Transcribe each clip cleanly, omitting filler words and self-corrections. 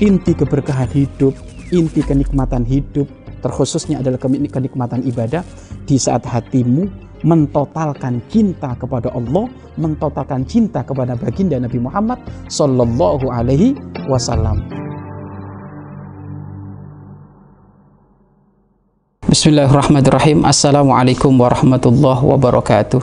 inti keberkahan hidup, inti kenikmatan hidup, terkhususnya adalah kenikmatan ibadah di saat hatimu mentotalkan cinta kepada Allah, mentotalkan cinta kepada baginda Nabi Muhammad Sallallahu Alaihi Wasallam. Bismillahirrahmanirrahim. Assalamualaikum warahmatullahi wabarakatuh.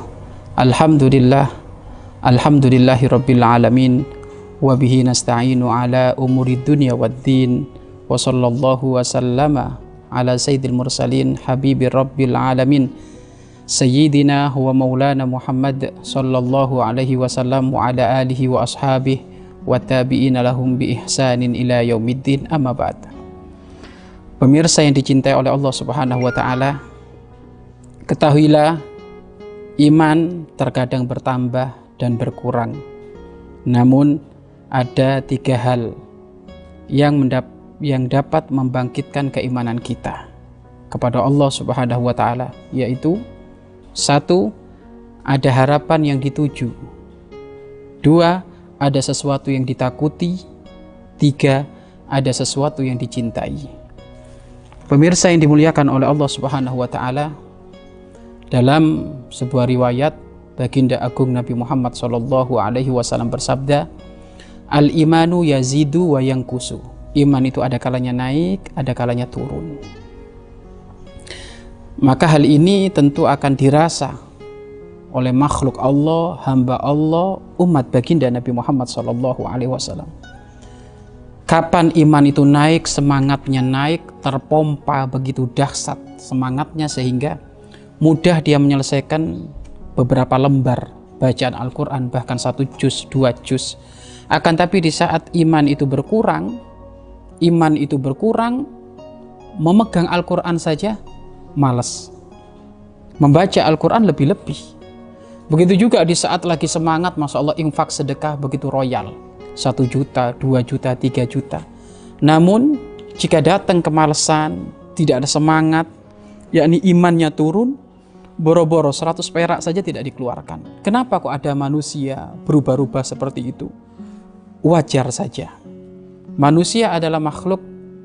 Alhamdulillahi rabbil alamin. Wabihi nasta'inu ala umuri dunya waddin. Wa sallallahu wa sallama ala sayyidil mursalin habibi rabbil alamin Sayyidina wa maulana Muhammad sallallahu alaihi wasallam wa ala alihi wa ashabihi wa tabi'ina lahum bi ihsanin ila yaumiddin, amma ba'd. Pemirsa yang dicintai oleh Allah Subhanahu wa taala, ketahuilah iman terkadang bertambah dan berkurang. Namun ada 3 hal yang dapat membangkitkan keimanan kita kepada Allah Subhanahu wa taala, yaitu 1. Ada harapan yang dituju. 2. Ada sesuatu yang ditakuti. 3. Ada sesuatu yang dicintai. Pemirsa yang dimuliakan oleh Allah Subhanahu wa taala, dalam sebuah riwayat baginda agung Nabi Muhammad sallallahu alaihi wasallam bersabda, "Al-imanu yazidu wa yanqusu." Iman itu ada kalanya naik, ada kalanya turun. Maka hal ini tentu akan dirasa oleh makhluk Allah, hamba Allah, umat baginda Nabi Muhammad SAW. Kapan iman itu naik, semangatnya naik, terpompa begitu dahsyat semangatnya sehingga mudah dia menyelesaikan beberapa lembar bacaan Al-Quran, bahkan 1 juz, 2 juz. Akan tapi di saat iman itu berkurang, memegang Al-Quran saja malas, membaca Al-Quran lebih-lebih. Begitu juga di saat lagi semangat, Masya Allah, infak sedekah begitu royal, 1 juta, 2 juta, 3 juta. Namun jika datang kemalasan, tidak ada semangat, yakni imannya turun, boro-boro 100 perak saja tidak dikeluarkan. Kenapa kok ada manusia berubah-ubah seperti itu? Wajar saja. Manusia adalah makhluk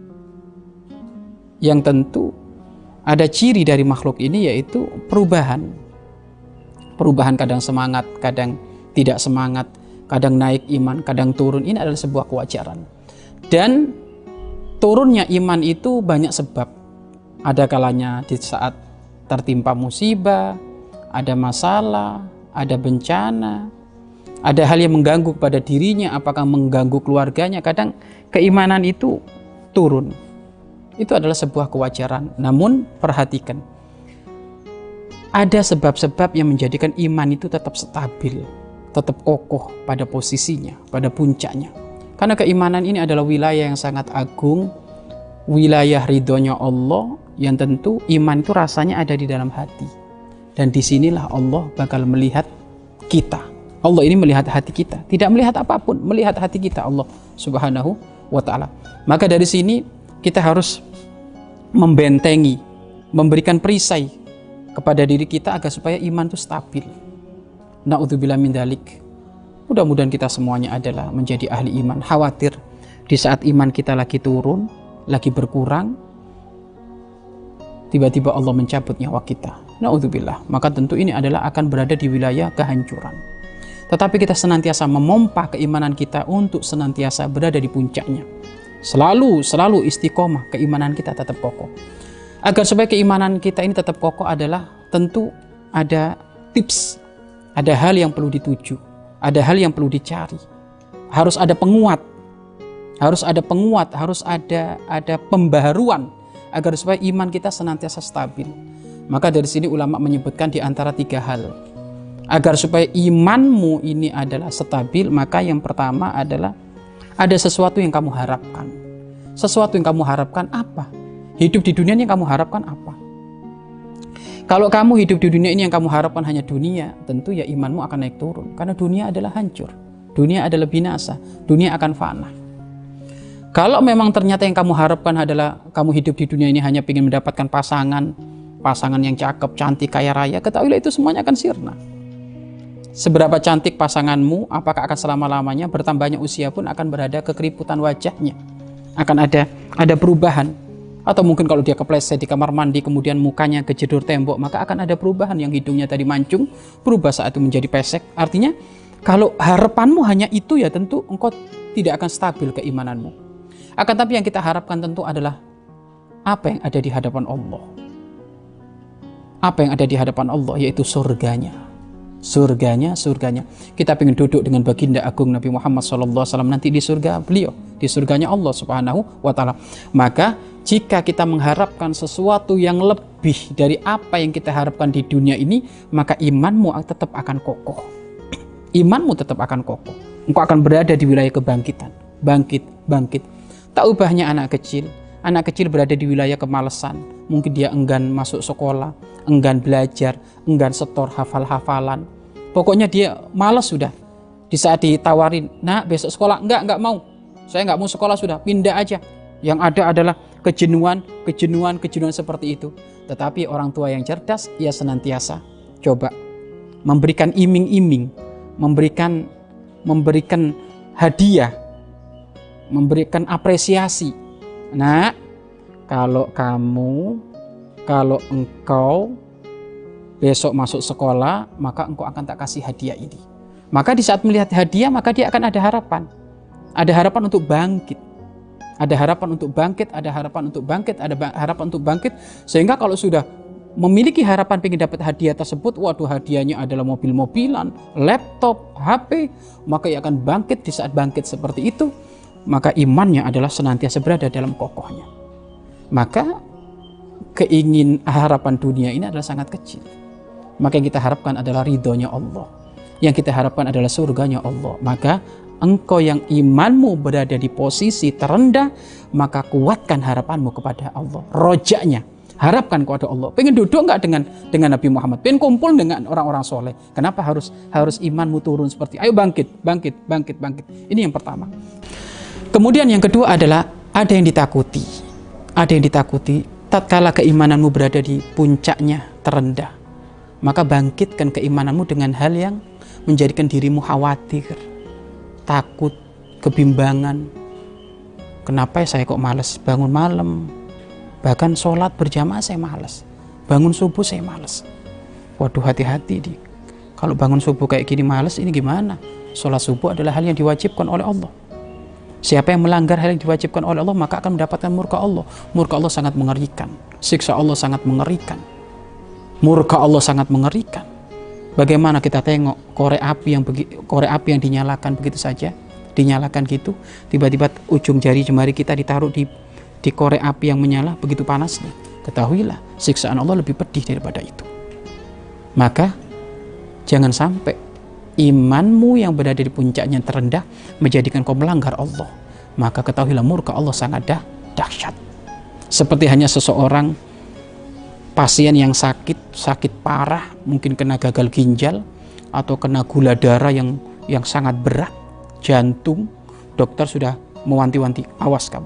yang tentu ada ciri dari makhluk ini, yaitu perubahan. Perubahan kadang semangat, kadang tidak semangat, kadang naik iman, kadang turun. Ini adalah sebuah kewajaran. Dan turunnya iman itu banyak sebab. Ada kalanya di saat tertimpa musibah, ada masalah, ada bencana, ada hal yang mengganggu pada dirinya, apakah mengganggu keluarganya. Kadang keimanan itu turun. Itu adalah sebuah kewajaran. Namun perhatikan, ada sebab-sebab yang menjadikan iman itu tetap stabil, tetap kokoh pada posisinya, pada puncaknya. Karena keimanan ini adalah wilayah yang sangat agung, wilayah ridhonya Allah, yang tentu iman itu rasanya ada di dalam hati. Dan disinilah Allah bakal melihat kita. Allah ini melihat hati kita, tidak melihat apapun, melihat hati kita Allah Subhanahu wa ta'ala. Maka dari sini kita harus membentengi, memberikan perisai kepada diri kita agar supaya iman itu stabil. Na'udzubillah min dzalik. Mudah-mudahan kita semuanya adalah menjadi ahli iman. Khawatir di saat iman kita lagi turun, lagi berkurang, tiba-tiba Allah mencabut nyawa kita. Na'udzubillah. Maka tentu ini adalah akan berada di wilayah kehancuran. Tetapi kita senantiasa memompa keimanan kita untuk senantiasa berada di puncaknya. Selalu istiqomah, keimanan kita tetap kokoh. Agar supaya keimanan kita ini tetap kokoh adalah tentu ada tips, ada hal yang perlu dituju, ada hal yang perlu dicari. Harus ada penguat, harus ada pembaharuan agar supaya iman kita senantiasa stabil. Maka dari sini ulama menyebutkan di antara 3 hal. Agar supaya imanmu ini adalah stabil, maka yang pertama adalah ada sesuatu yang kamu harapkan. Sesuatu yang kamu harapkan apa? Hidup di dunia ini yang kamu harapkan apa? Kalau kamu hidup di dunia ini yang kamu harapkan hanya dunia, tentu ya imanmu akan naik turun. Karena dunia adalah hancur, dunia adalah binasa, dunia akan fana. Kalau memang ternyata yang kamu harapkan adalah kamu hidup di dunia ini hanya ingin mendapatkan pasangan yang cakep, cantik, kaya raya, ketahuilah itu semuanya akan sirna. Seberapa cantik pasanganmu, apakah akan selama-lamanya? Bertambahnya usia pun akan berada kekeriputan wajahnya. akan ada perubahan. Atau mungkin kalau dia kepleset di kamar mandi kemudian mukanya kejedur tembok, maka akan ada perubahan. Yang hidungnya tadi mancung berubah saat itu menjadi pesek. Artinya kalau harapanmu hanya itu, ya tentu engkau tidak akan stabil keimananmu. Akan tapi yang kita harapkan tentu adalah apa yang ada di hadapan Allah. Apa yang ada di hadapan Allah, yaitu surganya. Surganya. Kita ingin duduk dengan baginda agung Nabi Muhammad SAW nanti di surga beliau, di surganya Allah Subhanahu wa Ta'ala. Maka jika kita mengharapkan sesuatu yang lebih dari apa yang kita harapkan di dunia ini, maka imanmu tetap akan kokoh. Imanmu tetap akan kokoh. Engkau akan berada di wilayah kebangkitan. Bangkit. Tak ubahnya anak kecil. Anak kecil berada di wilayah kemalasan. Mungkin dia enggan masuk sekolah, enggan belajar, enggan setor hafal-hafalan. Pokoknya dia malas sudah. Di saat ditawarin, nak besok sekolah, enggak mau. Saya enggak mau sekolah sudah, pindah aja. Yang ada adalah kejenuhan seperti itu. Tetapi orang tua yang cerdas, ia senantiasa coba memberikan iming-iming, memberikan hadiah, memberikan apresiasi. Nah, kalau engkau besok masuk sekolah, maka engkau akan tak kasih hadiah ini. Maka di saat melihat hadiah, maka dia akan ada harapan. Ada harapan untuk bangkit. Ada harapan untuk bangkit, sehingga kalau sudah memiliki harapan ingin dapat hadiah tersebut, waduh hadiahnya adalah mobil-mobilan, laptop, HP, maka ia akan bangkit. Di saat bangkit seperti itu, maka imannya adalah senantiasa berada dalam kokohnya. Maka harapan dunia ini adalah sangat kecil. Maka yang kita harapkan adalah ridhonya Allah. Yang kita harapkan adalah surganya Allah. Maka engkau yang imanmu berada di posisi terendah, maka kuatkan harapanmu kepada Allah. Rojaknya, harapkan kepada Allah. Pengen duduk enggak dengan Nabi Muhammad? Pengen kumpul dengan orang-orang soleh? Kenapa harus imanmu turun seperti? Ayo bangkit. Ini yang pertama. Kemudian yang kedua adalah ada yang ditakuti. Tatkala keimananmu berada di puncaknya terendah, maka bangkitkan keimananmu dengan hal yang menjadikan dirimu khawatir, takut, kebimbangan. Kenapa saya kok malas bangun malam? Bahkan sholat berjamaah saya malas. Bangun subuh saya malas. Waduh, hati-hati nih. Kalau bangun subuh kayak gini malas, ini gimana? Sholat subuh adalah hal yang diwajibkan oleh Allah. Siapa yang melanggar hal yang diwajibkan oleh Allah, maka akan mendapatkan murka Allah. Murka Allah sangat mengerikan. Siksa Allah sangat mengerikan. Murka Allah sangat mengerikan. Bagaimana kita tengok korek api yang dinyalakan begitu saja, dinyalakan gitu, tiba-tiba ujung jari jemari kita ditaruh di korek api yang menyala begitu panasnya. Ketahuilah, siksaan Allah lebih pedih daripada itu. Maka jangan sampai imanmu yang berada di puncaknya terendah menjadikan kau melanggar Allah. Maka ketahuilah murka Allah sangat dahsyat. Seperti hanya seseorang pasien yang sakit parah, mungkin kena gagal ginjal atau kena gula darah yang sangat berat, jantung, dokter sudah mewanti-wanti, awas kamu,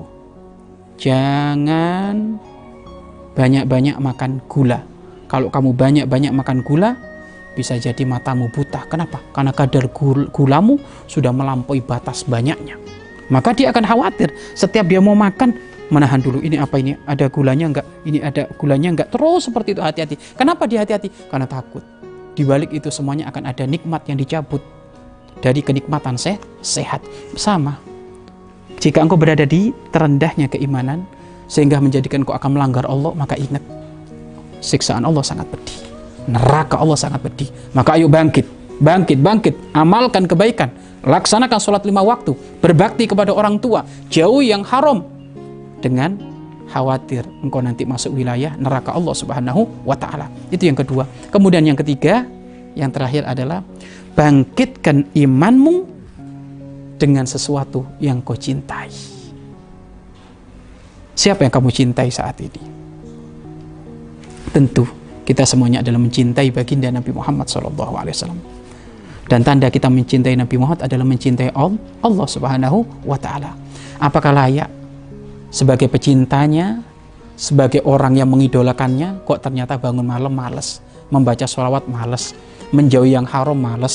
jangan banyak-banyak makan gula. Kalau kamu banyak-banyak makan gula, bisa jadi matamu buta. Kenapa? Karena kadar gulamu sudah melampaui batas banyaknya. Maka dia akan khawatir setiap dia mau makan, menahan dulu, ini apa ini? Ada gulanya enggak? Ini ada gulanya enggak? Terus seperti itu, hati-hati. Kenapa dia hati-hati? Karena takut. Di balik itu semuanya akan ada nikmat yang dicabut dari kenikmatan sehat. Sama. Jika engkau berada di terendahnya keimanan sehingga menjadikan engkau akan melanggar Allah, maka ingat, siksaan Allah sangat pedih. Neraka Allah sangat pedih. Maka ayo bangkit. Amalkan kebaikan. Laksanakan sholat 5 waktu. Berbakti kepada orang tua. Jauhi yang haram. Dengan khawatir engkau nanti masuk wilayah neraka Allah Subhanahu wa Ta'ala. Itu yang kedua. Kemudian yang ketiga, yang terakhir adalah bangkitkan imanmu dengan sesuatu yang kau cintai. Siapa yang kamu cintai saat ini? Tentu kita semuanya adalah mencintai baginda Nabi Muhammad SAW. Dan tanda kita mencintai Nabi Muhammad adalah mencintai Allah Subhanahu wa Ta'ala. Apakah layak sebagai pecintanya, sebagai orang yang mengidolakannya, kok ternyata bangun malam malas, membaca sholawat malas, menjauhi yang haram malas,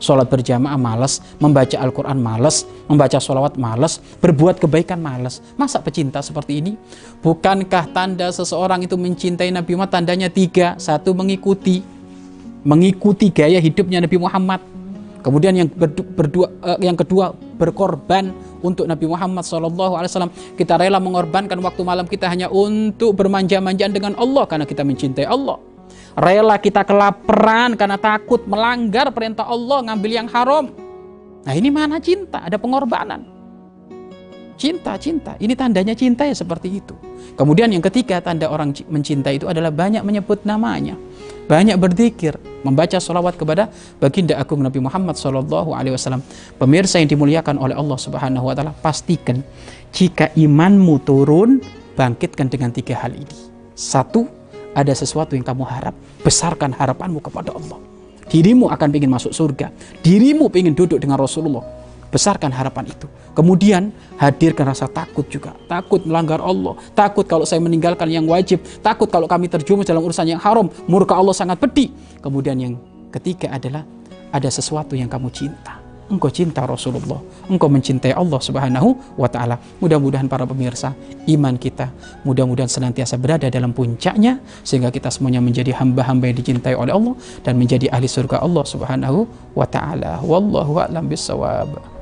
sholat berjamaah malas, membaca Al-Quran malas, membaca sholawat malas, berbuat kebaikan malas. Masa pecinta seperti ini? Bukankah tanda seseorang itu mencintai Nabi Muhammad tandanya 3? 1, mengikuti gaya hidupnya Nabi Muhammad. Kemudian yang kedua, berkorban untuk Nabi Muhammad SAW. Kita rela mengorbankan waktu malam kita hanya untuk bermanja-manjaan dengan Allah karena kita mencintai Allah. Rela kita kelaparan karena takut melanggar perintah Allah, ngambil yang haram. Nah, ini mana cinta? Ada pengorbanan. Cinta. Ini tandanya cinta ya seperti itu. Kemudian yang ketiga, tanda orang mencinta itu adalah banyak menyebut namanya, banyak berzikir, membaca sholawat kepada baginda agung Nabi Muhammad SAW. Pemirsa yang dimuliakan oleh Allah Subhanahu Wa Taala, pastikan jika imanmu turun, bangkitkan dengan 3 hal ini. 1, ada sesuatu yang kamu harap, besarkan harapanmu kepada Allah. Dirimu akan ingin masuk surga, dirimu ingin duduk dengan Rasulullah, besarkan harapan itu. Kemudian hadirkan rasa takut juga, takut melanggar Allah, takut kalau saya meninggalkan yang wajib, takut kalau kami terjumus dalam urusan yang haram, murka Allah sangat pedih. Kemudian yang ketiga adalah ada sesuatu yang kamu cinta. Engkau cinta Rasulullah, engkau mencintai Allah Subhanahu wa Ta'ala. Mudah-mudahan para pemirsa, iman kita mudah-mudahan senantiasa berada dalam puncaknya, sehingga kita semuanya menjadi hamba-hamba yang dicintai oleh Allah dan menjadi ahli surga Allah Subhanahu wa Ta'ala. Wallahu a'lam bissawab.